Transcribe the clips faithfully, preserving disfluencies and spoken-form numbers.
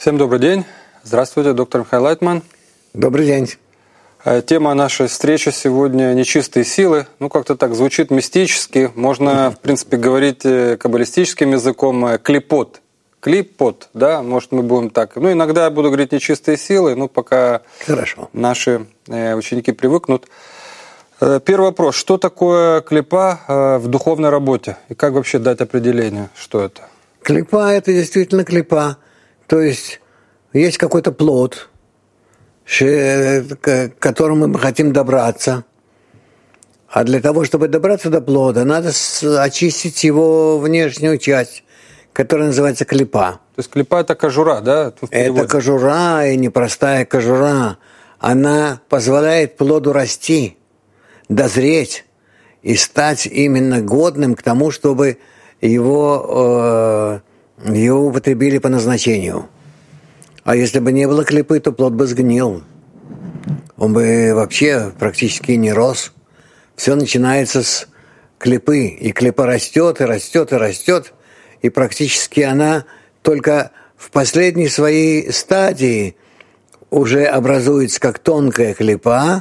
Всем добрый день. Здравствуйте, доктор Михаил Лайтман. Добрый день. Тема нашей встречи сегодня «Нечистые силы». Ну, как-то так звучит мистически. Можно, в принципе, говорить каббалистическим языком «клипот». Клипот, да, может, мы будем так. Ну, иногда я буду говорить «нечистые силы», ну, пока Хорошо. наши ученики привыкнут. Первый вопрос. Что такое клипа в духовной работе? И как вообще дать определение, что это? Клипа – это действительно клипа. То есть есть какой-то плод, к которому мы хотим добраться. А для того, чтобы добраться до плода, надо очистить его внешнюю часть, которая называется клипа. То есть клипа – это кожура, да? Это кожура, и непростая кожура. Она позволяет плоду расти, дозреть и стать именно годным к тому, чтобы его, э, его употребили по назначению. А если бы не было клипы, то плод бы сгнил. Он бы вообще практически не рос. Все начинается с клипы. И клипа растет, и растет, и растет. И практически она только в последней своей стадии уже образуется как тонкая клипа,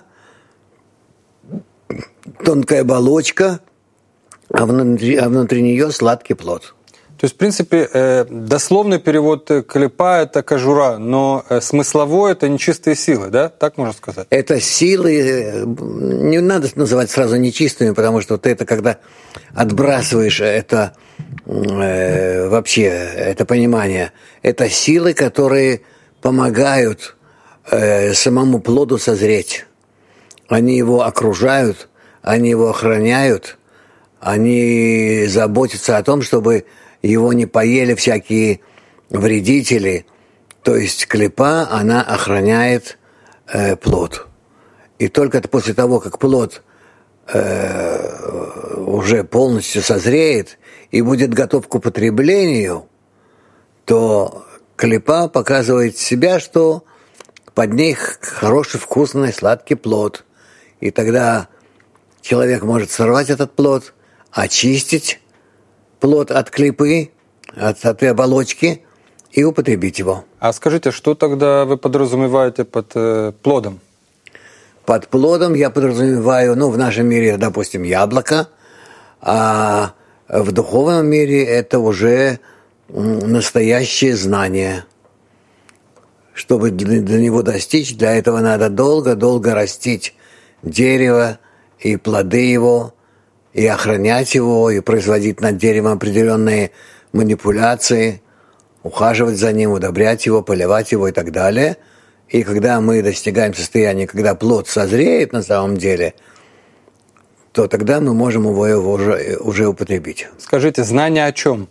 тонкая оболочка, а внутри, а внутри нее сладкий плод. То есть, в принципе, дословный перевод клипа – это кожура, но смысловой – это нечистые силы, да? Так можно сказать? Это силы, не надо называть сразу нечистыми, потому что ты это, когда отбрасываешь это э, вообще, это понимание, это силы, которые помогают э, самому плоду созреть. Они его окружают, они его охраняют, они заботятся о том, чтобы его не поели всякие вредители. То есть клипа, она охраняет э, плод. И только после того, как плод э, уже полностью созреет и будет готов к употреблению, то клипа показывает себя, что под ней хороший, вкусный, сладкий плод. И тогда человек может сорвать этот плод, очистить плод от клипы, от этой оболочки и употребить его. А скажите, что тогда вы подразумеваете под э, плодом? Под плодом я подразумеваю, ну, в нашем мире, допустим, яблоко, а в духовном мире это уже настоящее знание. Чтобы до него достичь, для этого надо долго-долго растить дерево и плоды его, и охранять его, и производить над деревом определенные манипуляции, ухаживать за ним, удобрять его, поливать его и так далее. И когда мы достигаем состояния, когда плод созреет на самом деле, то тогда мы можем его, его уже, уже употребить. Скажите, знания о чем?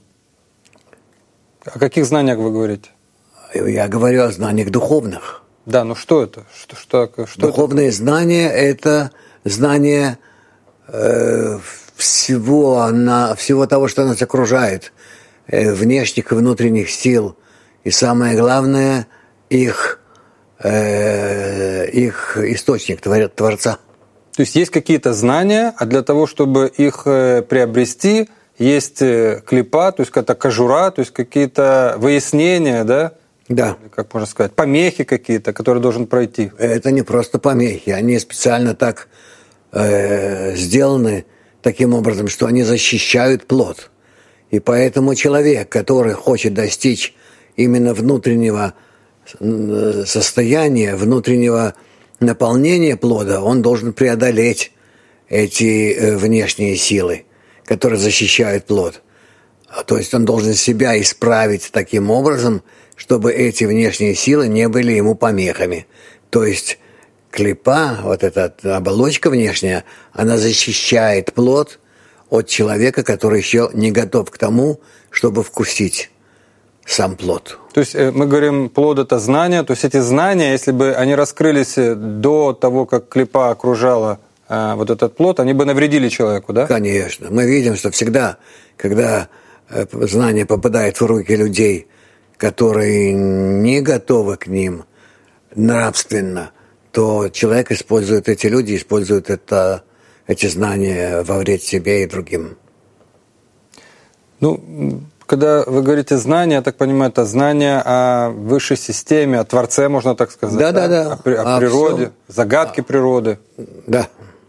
О каких знаниях вы говорите? Я говорю о знаниях духовных. Да, ну что это? Что, что, что Духовные это? знания – это знания э, всего, на, всего того, что нас окружает, э, внешних и внутренних сил. И самое главное – их, э, их источник, Творца. То есть есть какие-то знания, а для того, чтобы их приобрести, есть клипа, то есть какая-то кожура, то есть какие-то выяснения, да? Да. Как можно сказать, помехи какие-то, которые должен пройти. Это не просто помехи, они специально так э, сделаны таким образом, что они защищают плод. И поэтому человек, который хочет достичь именно внутреннего состояния, внутреннего наполнения плода, он должен преодолеть эти э, внешние силы, которые защищают плод. То есть он должен себя исправить таким образом, чтобы эти внешние силы не были ему помехами. То есть клипа, вот эта оболочка внешняя, она защищает плод от человека, который еще не готов к тому, чтобы вкусить сам плод. То есть мы говорим, плод – это знания, то есть эти знания, если бы они раскрылись до того, как клипа окружала э, вот этот плод, они бы навредили человеку, да? Конечно. Мы видим, что всегда, когда знание попадает в руки людей, которые не готовы к ним нравственно, то человек использует, эти люди используют это, эти знания во вред себе и другим. Ну, когда вы говорите знание, я так понимаю, это знание о высшей системе, о Творце, можно так сказать. Да, да, да. О, при, о а природе, все... загадке а... природы. Да.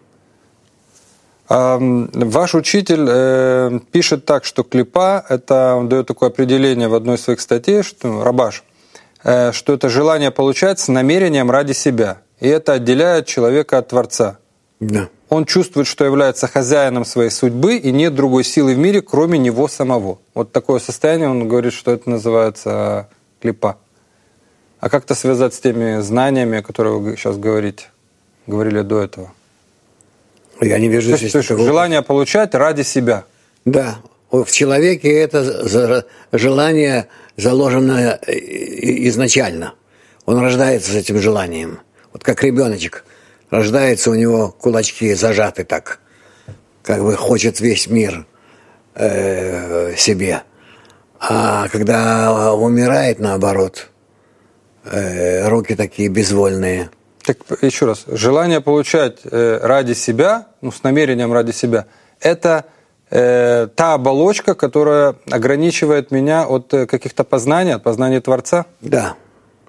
А, ваш учитель э, пишет так, что клипа, это, он дает такое определение в одной из своих статей, что Рабаш, э, что это желание получать с намерением ради себя. И это отделяет человека от Творца. Да. Он чувствует, что является хозяином своей судьбы, и нет другой силы в мире, кроме него самого. Вот такое состояние, он говорит, что это называется клипа. А как это связать с теми знаниями, о которых вы сейчас говорите, говорили до этого? Я не вижу здесь такого... Желание получать ради себя. Да. В человеке это желание заложено изначально. Он рождается с этим желанием. Вот как ребеночек. Рождается, у него кулачки зажаты так. Как бы хочет весь мир э, себе. А когда умирает, наоборот, э, руки такие безвольные. Так еще раз, желание получать э, ради себя, ну, с намерением ради себя, это э, та оболочка, которая ограничивает меня от э, каких-то познаний, от познаний Творца? Да.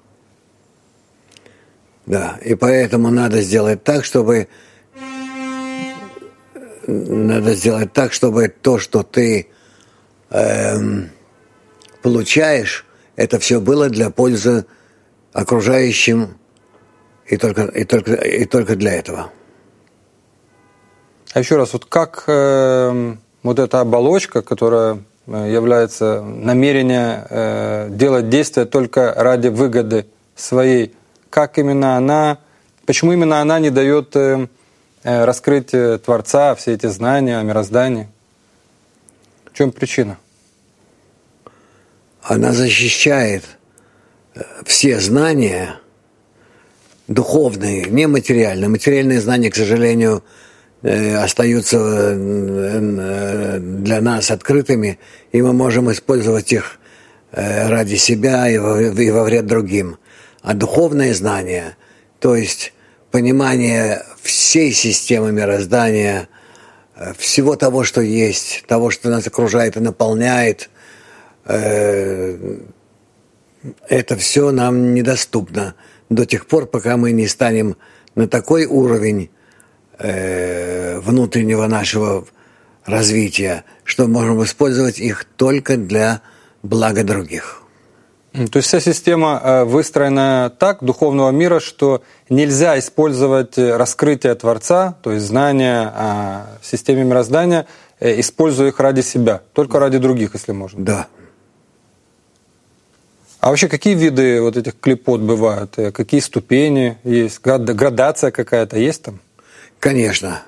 Да, и поэтому надо сделать так, чтобы надо сделать так, чтобы то, что ты эм, получаешь, это все было для пользы окружающим. И только, и, только, и только для этого. А еще раз, вот как э, вот эта оболочка, которая является намерение э, делать действия только ради выгоды своей, как именно она, почему именно она не дает э, раскрыть Творца, все эти знания о мироздании? В чем причина? Она защищает все знания, духовные, нематериальные. Материальные знания, к сожалению, остаются для нас открытыми, и мы можем использовать их ради себя и во вред другим. А духовные знания, то есть понимание всей системы мироздания, всего того, что есть, того, что нас окружает и наполняет, это все нам недоступно до тех пор, пока мы не станем на такой уровень э, внутреннего нашего развития, что можем использовать их только для блага других. То есть вся система выстроена так, духовного мира, что нельзя использовать раскрытие Творца, то есть знания о системе мироздания, используя их ради себя, только ради других, если можно. Да. А вообще какие виды вот этих клипот бывают? Какие ступени есть? Градация какая-то есть там? Конечно.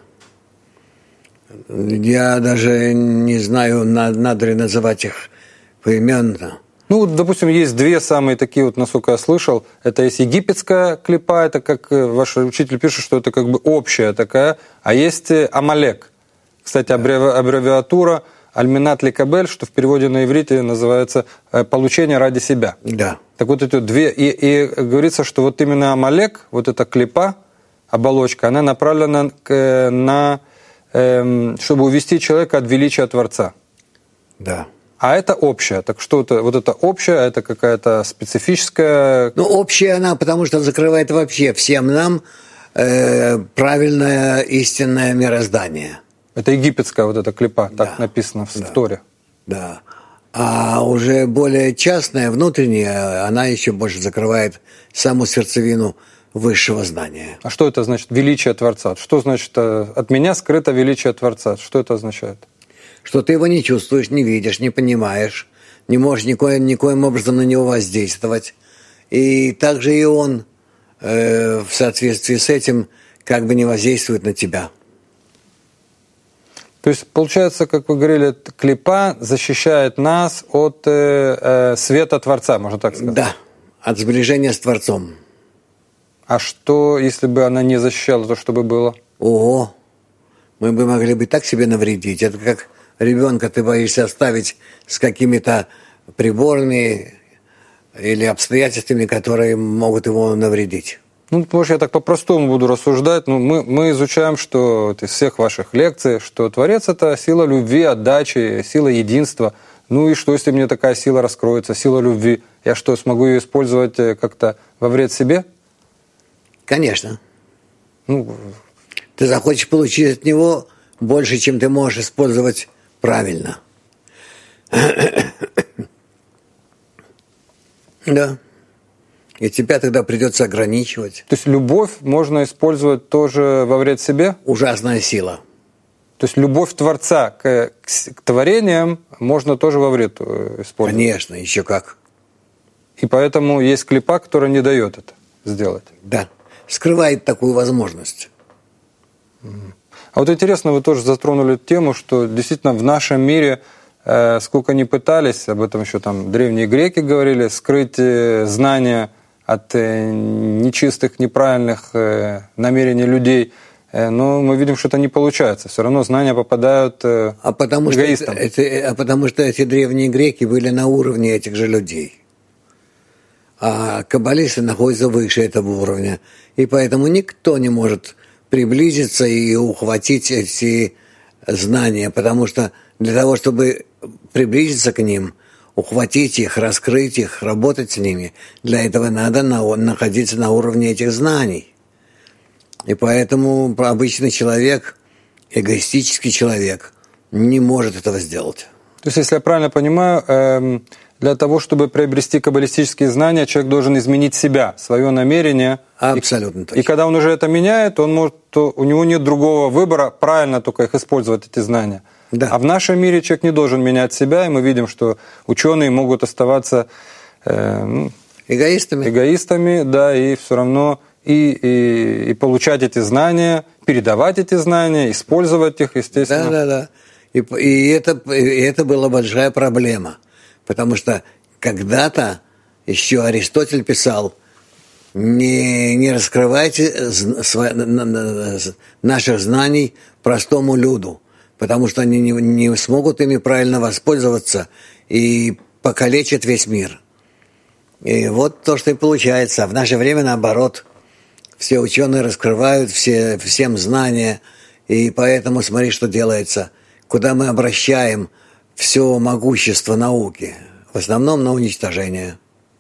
Я даже не знаю, надо ли называть их поименно. Ну, допустим, есть две самые такие, вот, насколько я слышал. Это есть египетская клипа, это как ваш учитель пишет, что это как бы общая такая. А есть Амалек. Кстати, аббревиатура Аль-Минат Ли-Кабель, что в переводе на иврите называется «получение ради себя». Да. Так вот эти две, и, и говорится, что вот именно Амалек, вот эта клипа, оболочка, она направлена к, на, эм, чтобы увести человека от величия Творца. Да. А это общее. Так что это, вот это общее, это какая-то специфическая... Ну, общая она, потому что закрывает вообще всем нам э, правильное истинное мироздание. Это египетская вот эта клипа, да, так написано в да, Торе. Да. А уже более частная, внутренняя, она еще больше закрывает саму сердцевину высшего знания. А что это значит? Величие Творца. Что значит от меня скрыто величие Творца? Что это означает? Что ты его не чувствуешь, не видишь, не понимаешь, не можешь никоим, никоим образом на него воздействовать. И также и он э, в соответствии с этим как бы не воздействует на тебя. То есть, получается, как вы говорили, клипа защищает нас от э, э, света Творца, можно так сказать? Да, от сближения с Творцом. А что, если бы она не защищала, то что бы было? Ого, мы бы могли бы так себе навредить. Это как ребенка ты боишься оставить с какими-то приборами или обстоятельствами, которые могут его навредить. Ну, может, я так по-простому буду рассуждать. Ну, мы, мы изучаем, что вот из всех ваших лекций, что Творец – это сила любви, отдачи, сила единства. Ну и что, если мне такая сила раскроется, сила любви? Я что, смогу ее использовать как-то во вред себе? Конечно. Ну, ты захочешь получить от него больше, чем ты можешь использовать правильно. Да. И тебя тогда придется ограничивать. То есть любовь можно использовать тоже во вред себе? Ужасная сила. То есть любовь Творца к, к творениям можно тоже во вред использовать? Конечно, еще как. И поэтому есть клипа, которая не дает это сделать? Да. Скрывает такую возможность. А вот интересно, вы тоже затронули тему, что действительно в нашем мире, э, сколько ни пытались, об этом еще там древние греки говорили, скрыть э, знания от э, нечистых, неправильных э, намерений людей, э, но мы видим, что это не получается. Все равно знания попадают э, а потому эгоистам. Что это, а потому что эти древние греки были на уровне этих же людей. А каббалисты находятся выше этого уровня. И поэтому никто не может приблизиться и ухватить эти знания, потому что для того, чтобы приблизиться к ним, ухватить их, раскрыть их, работать с ними, для этого надо находиться на уровне этих знаний. И поэтому обычный человек, эгоистический человек, не может этого сделать. То есть, если я правильно понимаю, эм... для того, чтобы приобрести каббалистические знания, человек должен изменить себя, свое намерение. Абсолютно и, точно. И когда он уже это меняет, он может, то у него нет другого выбора, правильно только их использовать, эти знания. Да. А в нашем мире человек не должен менять себя, и мы видим, что ученые могут оставаться э, ну, эгоистами. эгоистами, да, и все равно и, и, и получать эти знания, передавать эти знания, использовать их, естественно. Да, да, да. И, и, это, и это была большая проблема. Потому что когда-то еще Аристотель писал, не, не раскрывайте наших знаний простому люду, потому что они не, не смогут ими правильно воспользоваться и покалечат весь мир. И вот то, что и получается. А в наше время наоборот. Все ученые раскрывают все, всем знания, и поэтому смотри, что делается. Куда мы обращаем все могущество науки, в основном на уничтожение.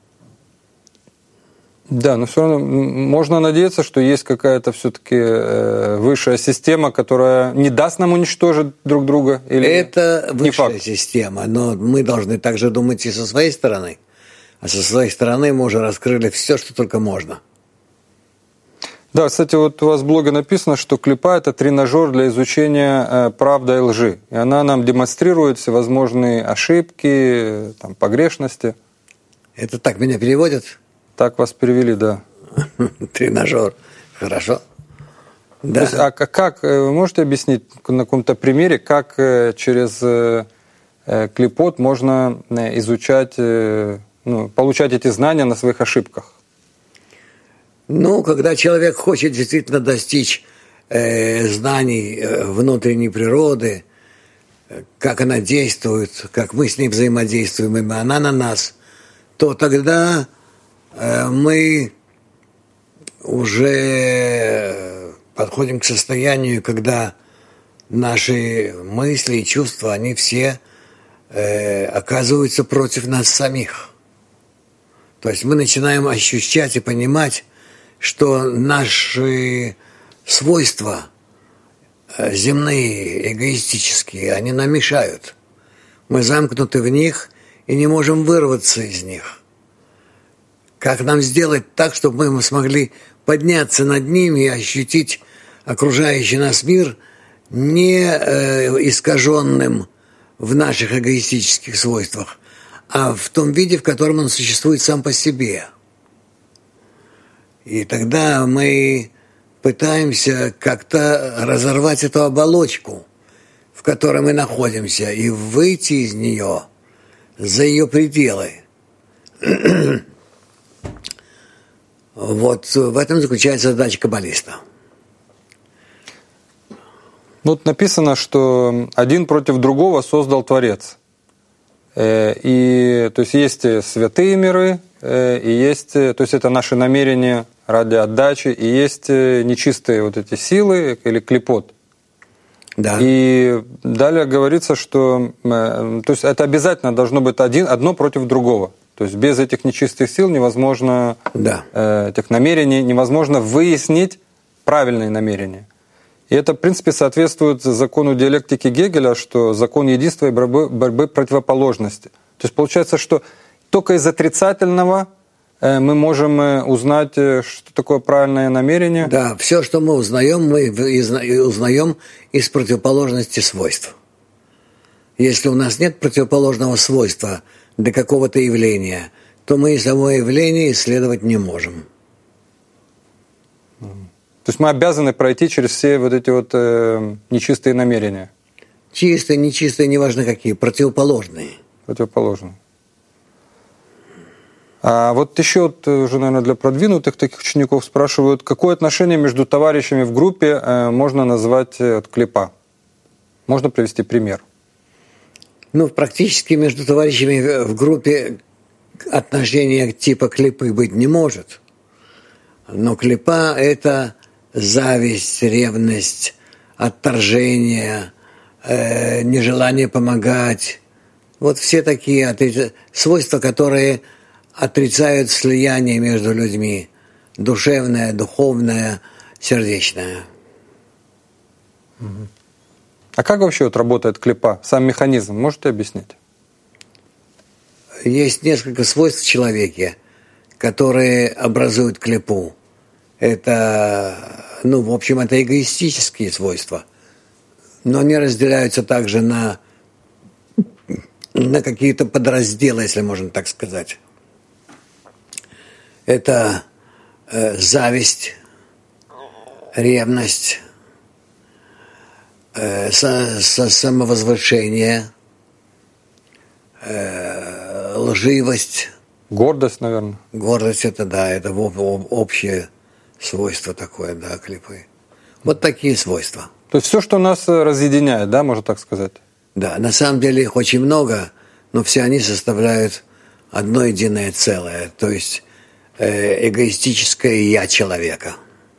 Да, но все равно можно надеяться, что есть какая-то все-таки высшая система, которая не даст нам уничтожить друг друга. Или это высшая факт? Система, но мы должны также думать и со своей стороны. А со своей стороны мы уже раскрыли все, что только можно. Да, кстати, вот у вас в блоге написано, что клипа – это тренажер для изучения э, правды и лжи. И она нам демонстрирует всевозможные ошибки, там, погрешности. Это так меня переводят? Так вас перевели, да. Тренажер. Хорошо. Да. То есть, а как, вы можете объяснить на каком-то примере, как через э, клипот можно изучать, э, ну, получать эти знания на своих ошибках? Ну, когда человек хочет действительно достичь э, знаний э, внутренней природы, э, как она действует, как мы с ней взаимодействуем, и она на нас, то тогда э, мы уже подходим к состоянию, когда наши мысли и чувства, они все э, оказываются против нас самих. То есть мы начинаем ощущать и понимать, что наши свойства земные, эгоистические, они нам мешают. Мы замкнуты в них и не можем вырваться из них. Как нам сделать так, чтобы мы смогли подняться над ними и ощутить окружающий нас мир не э, искаженным в наших эгоистических свойствах, а в том виде, в котором он существует сам по себе. И тогда мы пытаемся как-то разорвать эту оболочку, в которой мы находимся, и выйти из нее за ее пределы. Вот в этом заключается задача каббалиста. Вот написано, что один против другого создал Творец. И, то есть есть святые миры, и есть, то есть это наши намерения ради отдачи, и есть нечистые вот эти силы или клипот. Да. И далее говорится, что то есть это обязательно должно быть один, одно против другого. То есть без этих нечистых сил невозможно, да. этих намерений, невозможно выяснить правильные намерения. И это, в принципе, соответствует закону диалектики Гегеля, что закон единства и борьбы, борьбы противоположности. То есть получается, что только из отрицательного мы можем узнать, что такое правильное намерение. Да, все, что мы узнаем, мы узнаем из противоположности свойств. Если у нас нет противоположного свойства для какого-то явления, то мы и само явление исследовать не можем. То есть мы обязаны пройти через все вот эти вот э, нечистые намерения. Чистые, нечистые, неважно какие, противоположные. Противоположные. А вот еще вот, уже, наверное, для продвинутых таких учеников спрашивают, какое отношение между товарищами в группе э, можно назвать э, клипа? Можно привести пример? Ну, практически между товарищами в группе отношения типа клипы быть не может. Но клипа – это зависть, ревность, отторжение, э, нежелание помогать. Вот все такие отриц... свойства, которые отрицают слияние между людьми. Душевное, духовное, сердечное. А как вообще вот работает клипа? Сам механизм можете объяснить? Есть несколько свойств в человеке, которые образуют клипу. Это, ну, в общем, это эгоистические свойства. Но они разделяются также на, на какие-то подразделы, если можно так сказать. Это э, зависть, ревность, э, со, со самовозвышение, э, лживость. Гордость, наверное. Гордость – это, да, это общее свойство такое, да, клипы. Вот такие свойства. То есть все, что нас разъединяет, да, можно так сказать? Да, на самом деле их очень много, но все они составляют одно единое целое, то есть э, эгоистическое «я» человека.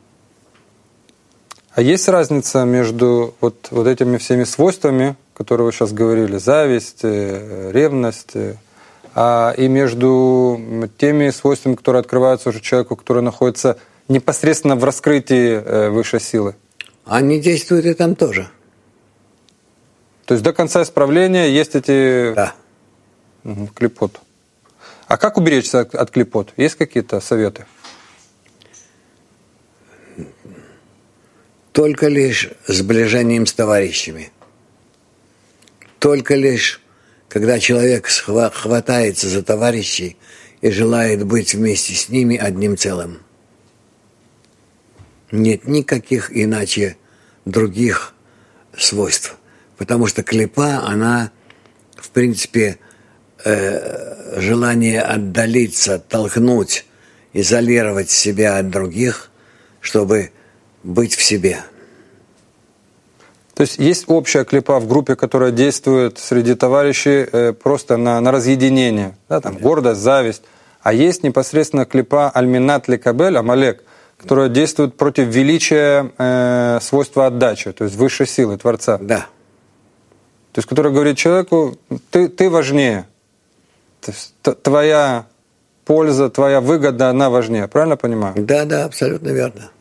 А есть разница между вот, вот этими всеми свойствами, которые вы сейчас говорили, зависть, ревность, а и между теми свойствами, которые открываются уже человеку, который находится непосредственно в раскрытии высшей силы? Они действуют и там тоже. То есть до конца исправления есть эти... Да. Угу, клипот. А как уберечься от, от клипот? Есть какие-то советы? Только лишь сближением с товарищами. Только лишь, когда человек хватается за товарищей и желает быть вместе с ними одним целым. Нет никаких иначе других свойств. Потому что клипа, она, в принципе, э, желание отдалиться, толкнуть, изолировать себя от других, чтобы быть в себе. То есть есть общая клипа в группе, которая действует среди товарищей э, просто на, на разъединение, да, там, да. Гордость, зависть. А есть непосредственно клипа альминат лекабель, амалек, которая действует против величия э, свойства отдачи, то есть высшей силы Творца. Да. То есть которая говорит человеку, ты, ты важнее. То есть, твоя польза, твоя выгода, она важнее. Правильно понимаю? Да, да, абсолютно верно.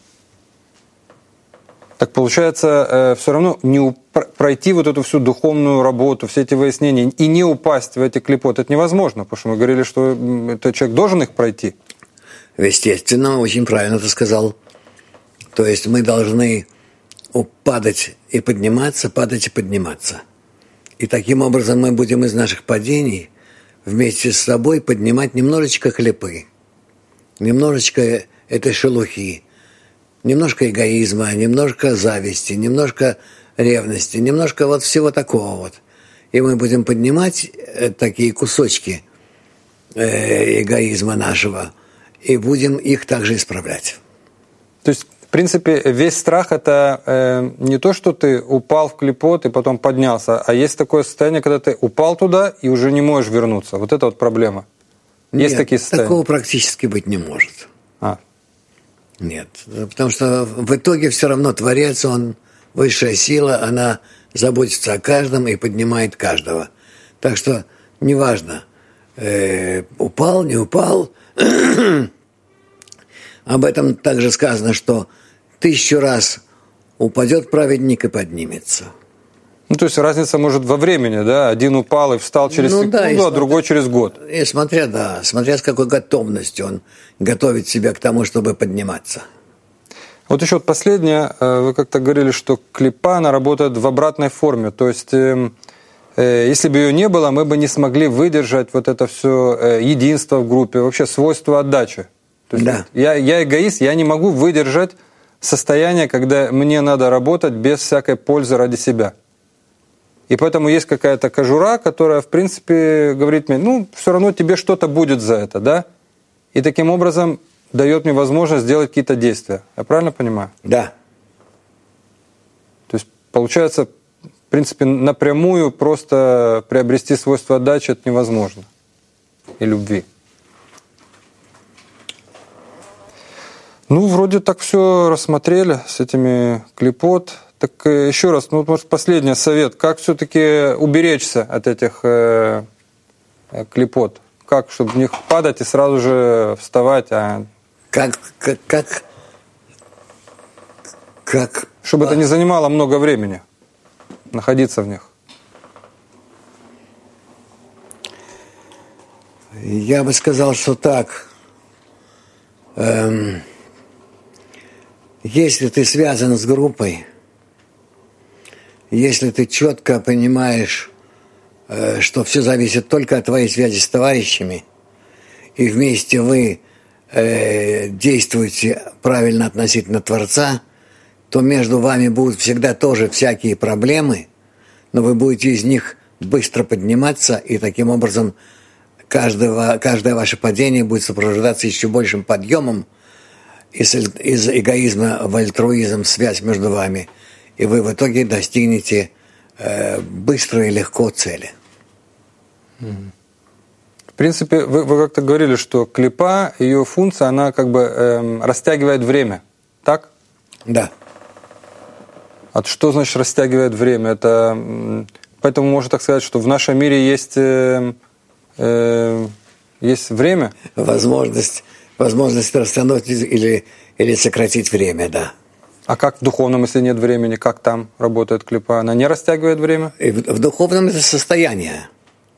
Так получается, э, все равно не уп- пройти вот эту всю духовную работу, все эти выяснения и не упасть в эти клипот, это невозможно, потому что мы говорили, что этот человек должен их пройти. Естественно, очень правильно ты сказал. То есть мы должны падать и подниматься, падать и подниматься. И таким образом мы будем из наших падений вместе с собой поднимать немножечко клипы, немножечко этой шелухи, немножко эгоизма, немножко зависти, немножко ревности, немножко вот всего такого вот. И мы будем поднимать такие кусочки эгоизма нашего, и будем их также исправлять. То есть, в принципе, весь страх – это э, не то, что ты упал в клипот и потом поднялся, а есть такое состояние, когда ты упал туда и уже не можешь вернуться. Вот это вот проблема. Есть Нет, такие состояния? Такого практически быть не может. А. Нет, потому что в итоге все равно Творец, он высшая сила, она заботится о каждом и поднимает каждого. Так что неважно, э, упал, не упал. Об этом также сказано, что тысячу раз упадет праведник и поднимется. Ну, то есть разница может во времени, да? Один упал и встал через ну, секунду, да, а смотря, другой через год. И смотря, да, смотря с какой готовностью он готовит себя к тому, чтобы подниматься. Вот еще вот последнее. Вы как-то говорили, что клипа, она работает в обратной форме. То есть, э, э, если бы ее не было, мы бы не смогли выдержать вот это все э, единство в группе, вообще свойство отдачи. То есть, да. я, я эгоист, я не могу выдержать состояние, когда мне надо работать без всякой пользы ради себя. И поэтому есть какая-то кожура, которая, в принципе, говорит мне, ну, все равно тебе что-то будет за это, да? И таким образом дает мне возможность сделать какие-то действия. Я правильно понимаю? Да. То есть, получается, в принципе, напрямую просто приобрести свойство отдачи это невозможно. И любви. Ну, вроде так все рассмотрели с этими клипот. Так еще раз, ну, может, последний совет. Как все-таки уберечься от этих э, клипот? Как, чтобы в них падать и сразу же вставать? А... Как, как, как, как... Чтобы а... это не занимало много времени, находиться в них. Я бы сказал, что так. Эм, если ты связан с группой, если ты четко понимаешь, э, что все зависит только от твоей связи с товарищами, и вместе вы э, действуете правильно относительно Творца, то между вами будут всегда тоже всякие проблемы, но вы будете из них быстро подниматься, и таким образом каждого, каждое ваше падение будет сопровождаться еще большим подъемом из, из эгоизма в альтруизм, связь между вами, и вы в итоге достигнете э, быстро и легко цели. В принципе, вы, вы как-то говорили, что клипа, ее функция, она как бы эм, растягивает время, так? Да. А что значит растягивает время? Это, поэтому можно так сказать, что в нашем мире есть, э, э, есть время? Возможность, возможность растянуть или, или сократить время, да. А как в духовном, если нет времени, как там работает клипа? Она не растягивает время? И в, в духовном это состояние.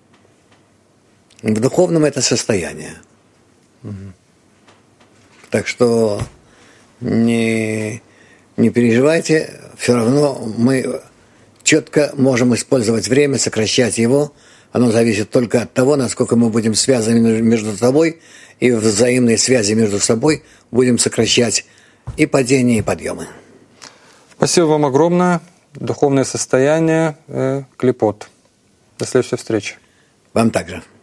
В духовном это состояние. Угу. Так что не, не переживайте, все равно мы четко можем использовать время, сокращать его. Оно зависит только от того, насколько мы будем связаны между собой, и в взаимной связи между собой будем сокращать и падения, и подъемы. Спасибо вам огромное. Духовное состояние, э, клипот. До следующей встречи. Вам также.